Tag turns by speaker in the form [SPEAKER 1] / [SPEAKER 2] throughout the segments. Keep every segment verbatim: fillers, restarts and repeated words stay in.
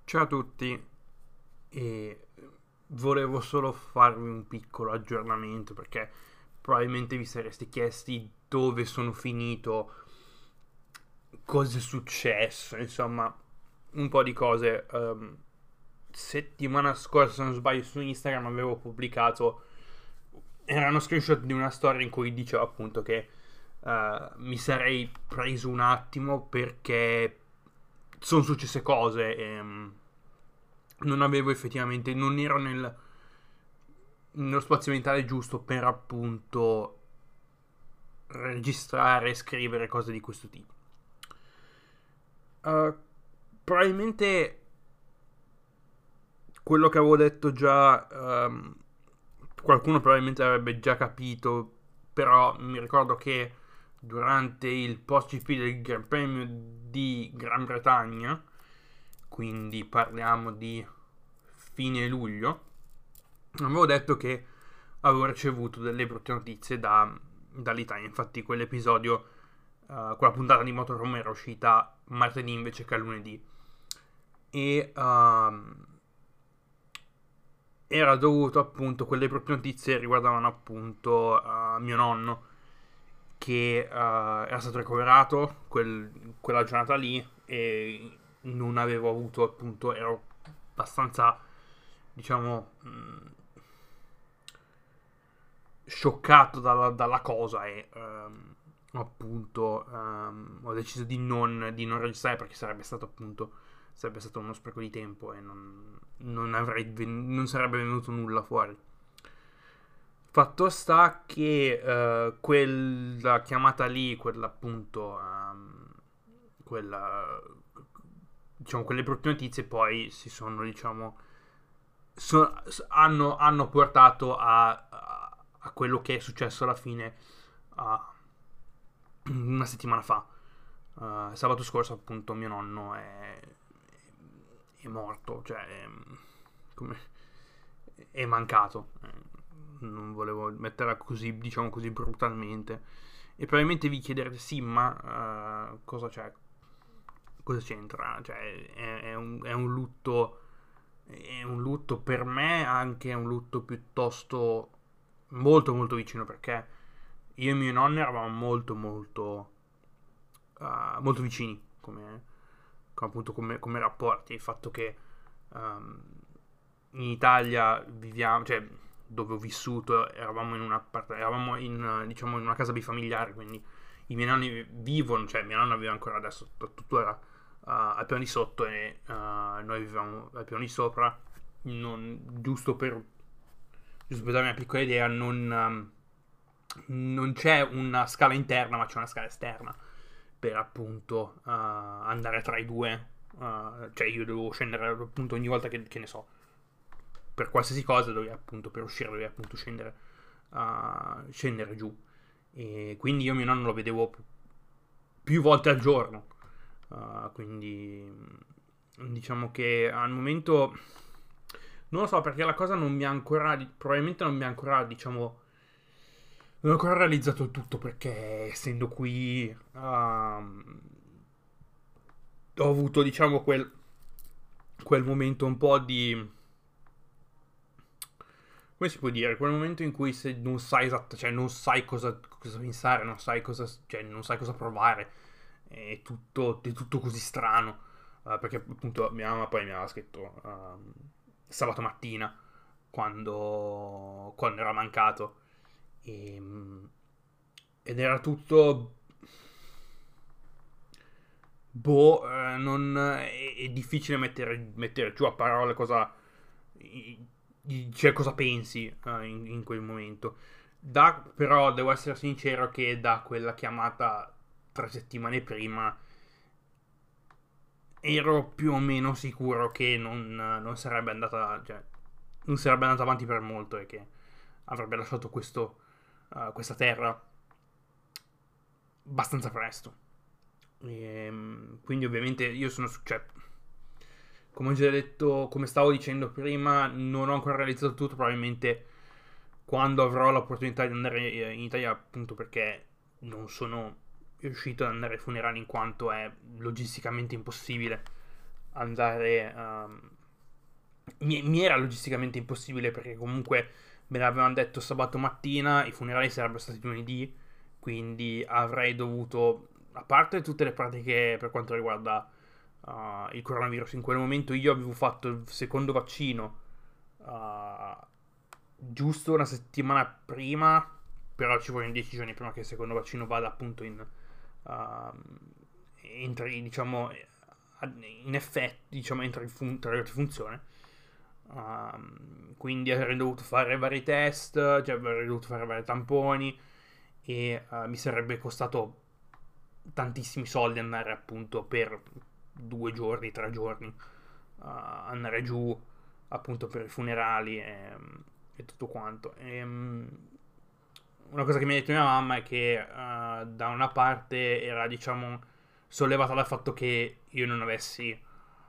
[SPEAKER 1] Ciao a tutti, e volevo solo farvi un piccolo aggiornamento perché probabilmente vi sareste chiesti dove sono finito, cosa è successo, insomma, un po' di cose. Ehm, settimana scorsa, se non sbaglio, su Instagram avevo pubblicato, era uno screenshot di una storia in cui dicevo appunto che eh, mi sarei preso un attimo perché sono successe cose e mm, non avevo effettivamente, non ero nel, nello spazio mentale giusto per appunto registrare e scrivere cose di questo tipo. Uh, probabilmente quello che avevo detto già, um, qualcuno probabilmente avrebbe già capito, però mi ricordo che durante il post G P del Gran Premio di Gran Bretagna, quindi parliamo di fine luglio, avevo detto che avevo ricevuto delle brutte notizie da, dall'Italia. Infatti quell'episodio, uh, quella puntata di Motorhome era uscita martedì invece che lunedì. E um, era dovuto appunto, quelle brutte notizie riguardavano appunto uh, mio nonno che uh, era stato ricoverato quel, quella giornata lì e non avevo avuto appunto, ero abbastanza diciamo mh, scioccato dalla, dalla cosa e um, appunto um, ho deciso di non, di non registrare perché sarebbe stato appunto sarebbe stato uno spreco di tempo e non, non, avrei, non sarebbe venuto nulla fuori. Fatto sta che uh, quella chiamata lì, quella appunto um, quella diciamo quelle brutte notizie poi si sono diciamo so, hanno, hanno portato a, a, a quello che è successo alla fine uh, una settimana fa. Uh, sabato scorso appunto mio nonno è, è morto, cioè è, come, è mancato. Non volevo metterla così, diciamo così brutalmente. E probabilmente vi chiederete sì, ma uh, cosa c'è? Cosa c'entra? Cioè è, è, un, è un lutto è un lutto per me, anche un lutto piuttosto molto molto vicino perché io e mio nonno eravamo molto molto uh, molto vicini come, come appunto come, come rapporti. Il fatto che um, in Italia viviamo, cioè dove ho vissuto, eravamo in una eravamo in, diciamo in una casa bifamiliare, quindi i miei nonni vivono, cioè mia nonna vive ancora adesso tuttora uh, al piano di sotto e uh, noi vivevamo al piano di sopra. Non, giusto per giusto per darmi una piccola idea, non, um, non c'è una scala interna, ma c'è una scala esterna per appunto uh, andare tra i due. Uh, cioè io devo scendere appunto ogni volta che, che ne so, per qualsiasi cosa dovevi appunto, per uscire dovevi appunto scendere, uh, scendere giù. E quindi io mio nonno lo vedevo più volte al giorno. Uh, quindi diciamo che al momento non lo so perché la cosa non mi ha ancora, probabilmente non mi ha ancora, diciamo, non ho ancora realizzato il tutto perché essendo qui uh, ho avuto, diciamo, quel, quel momento un po' di, come si può dire, quel momento in cui se non sai esatto, cioè non sai cosa, cosa pensare, non sai cosa, cioè non sai cosa provare, è tutto, è tutto così strano. Uh, perché appunto mia mamma poi mi aveva scritto uh, sabato mattina quando, quando era mancato e, ed era tutto boh, eh, non, è, è difficile mettere, mettere giù a parole cosa, cioè cosa pensi uh, in, in quel momento. Da, però devo essere sincero che da quella chiamata tre settimane prima ero più o meno sicuro che non, non sarebbe andata, cioè, non sarebbe andata avanti per molto e che avrebbe lasciato questo, uh, questa terra abbastanza presto. E, quindi ovviamente io sono, cioè, come ho già detto, come stavo dicendo prima, non ho ancora realizzato tutto, probabilmente quando avrò l'opportunità di andare in Italia, appunto perché non sono riuscito ad andare ai funerali in quanto è logisticamente impossibile andare... Um, mi, mi era logisticamente impossibile perché comunque me l'avevano detto sabato mattina, i funerali sarebbero stati lunedì, quindi avrei dovuto, a parte tutte le pratiche per quanto riguarda uh, il coronavirus, in quel momento io avevo fatto il secondo vaccino uh, giusto una settimana prima, però ci vogliono dieci giorni prima che il secondo vaccino vada appunto in... Uh, entri, diciamo, in effetti, diciamo, entra in fun- tra l'altro in funzione. Um, quindi avrei dovuto fare vari test, cioè avrei dovuto fare vari tamponi e uh, mi sarebbe costato tantissimi soldi andare appunto per due giorni, tre giorni, uh, andare giù appunto per i funerali e, e tutto quanto. E, um, una cosa che mi ha detto mia mamma è che uh, da una parte era, diciamo, sollevata dal fatto che io non avessi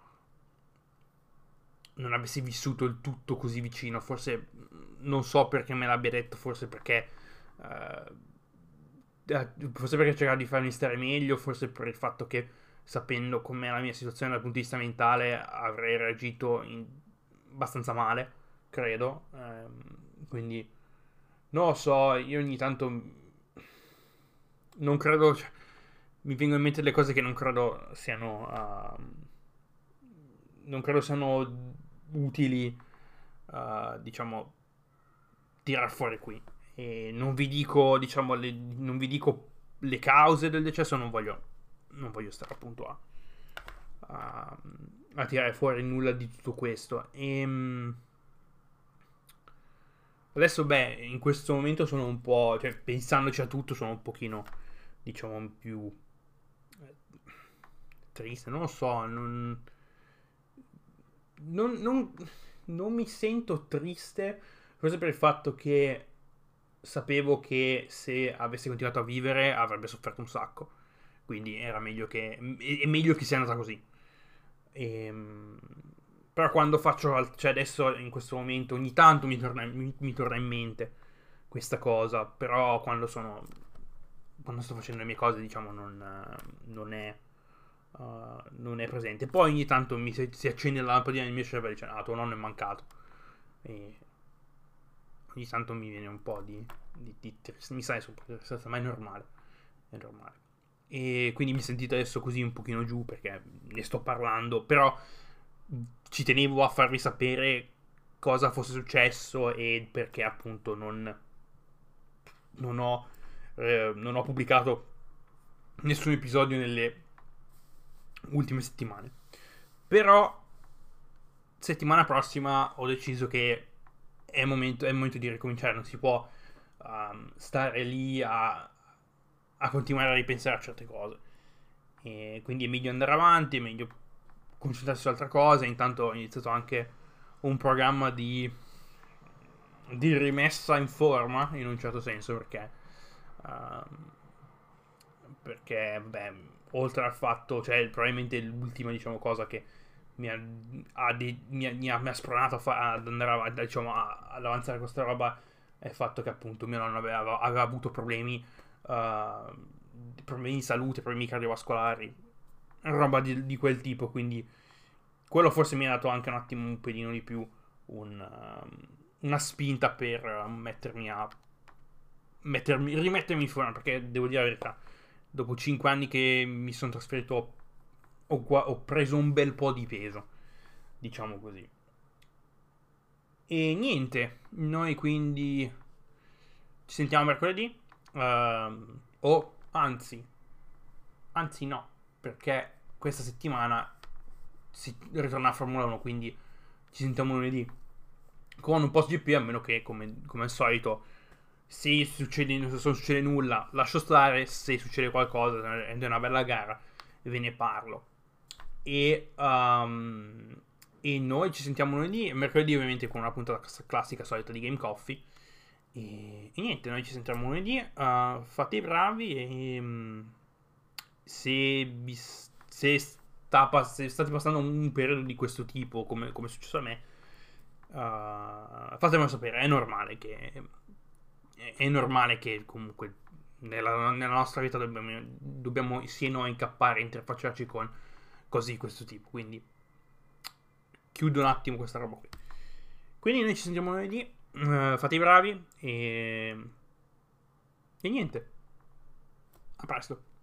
[SPEAKER 1] non avessi vissuto il tutto così vicino. Forse non so perché me l'abbia detto, forse perché uh, forse perché cercava di farmi stare meglio, forse per il fatto che sapendo com'è la mia situazione dal punto di vista mentale avrei reagito in... abbastanza male, credo. Um, quindi non lo so, io ogni tanto non credo, cioè, mi vengono in mente le cose che non credo siano uh, non credo siano utili, uh, diciamo, tirar fuori qui. E non vi dico, diciamo, le, non vi dico le cause del decesso, non voglio, non voglio stare appunto a, a, a tirare fuori nulla di tutto questo. E adesso, beh, in questo momento sono un po', cioè, pensandoci a tutto, sono un pochino, diciamo, più triste, non lo so, non, non, non, non mi sento triste, forse per il fatto che sapevo che se avessi continuato a vivere avrebbe sofferto un sacco, quindi era meglio che, è meglio che sia andata così. E, però quando faccio, cioè adesso in questo momento ogni tanto mi torna, mi, mi torna in mente questa cosa, però quando sono, quando sto facendo le mie cose, diciamo, non, non è Uh, non è presente. Poi ogni tanto mi si, si accende la lampadina nel mio cervello e dice: ah, tuo nonno è mancato. E ogni tanto mi viene un po' di, di, di mi sa un po' di tristezza, ma è normale. È normale. E quindi mi sentite adesso così un pochino giù perché ne sto parlando. Però ci tenevo a farvi sapere cosa fosse successo e perché appunto non, non ho, eh, non ho pubblicato nessun episodio nelle ultime settimane. Però settimana prossima ho deciso che è il momento, è il momento di ricominciare, non si può um, stare lì a, a continuare a ripensare a certe cose. E quindi è meglio andare avanti, è meglio concentrarsi su altre cose. Intanto ho iniziato anche un programma di, di rimessa in forma, in un certo senso, perché um, perché, beh, oltre al fatto, cioè, probabilmente l'ultima, diciamo, cosa che mi ha, ha di, mi ha, mi ha, mi ha spronato a fa, ad andare avanti, diciamo, a, ad avanzare questa roba è il fatto che, appunto, mio nonno aveva, aveva avuto problemi, uh, problemi di salute, problemi cardiovascolari, roba di, di quel tipo, quindi quello forse mi ha dato anche un attimo un pelino di più un, uh, una spinta per uh, mettermi a mettermi, rimettermi in forma, perché devo dire la verità, dopo cinque anni che mi sono trasferito ho, ho preso un bel po' di peso, diciamo così. E niente, noi quindi ci sentiamo mercoledì, uh, o anzi, anzi no, perché questa settimana si ritorna a Formula uno, quindi ci sentiamo lunedì con un post G P, a meno che, come, come al solito, se succede, se non succede nulla lascio stare, se succede qualcosa ed è una bella gara ve ne parlo. E, um, e noi ci sentiamo lunedì, mercoledì ovviamente con una puntata classica solita di Game Coffee. E, e niente, noi ci sentiamo lunedì, uh, fate i bravi e um, se, vi, se, sta, se state passando un periodo di questo tipo come, come è successo a me, uh, fatemelo sapere, è normale che è normale che comunque nella, nella nostra vita dobbiamo, dobbiamo sì e no incappare, interfacciarci con cose di questo tipo, quindi chiudo un attimo questa roba qui. Quindi noi ci sentiamo lunedì. Uh, fate i bravi e... e niente. A presto.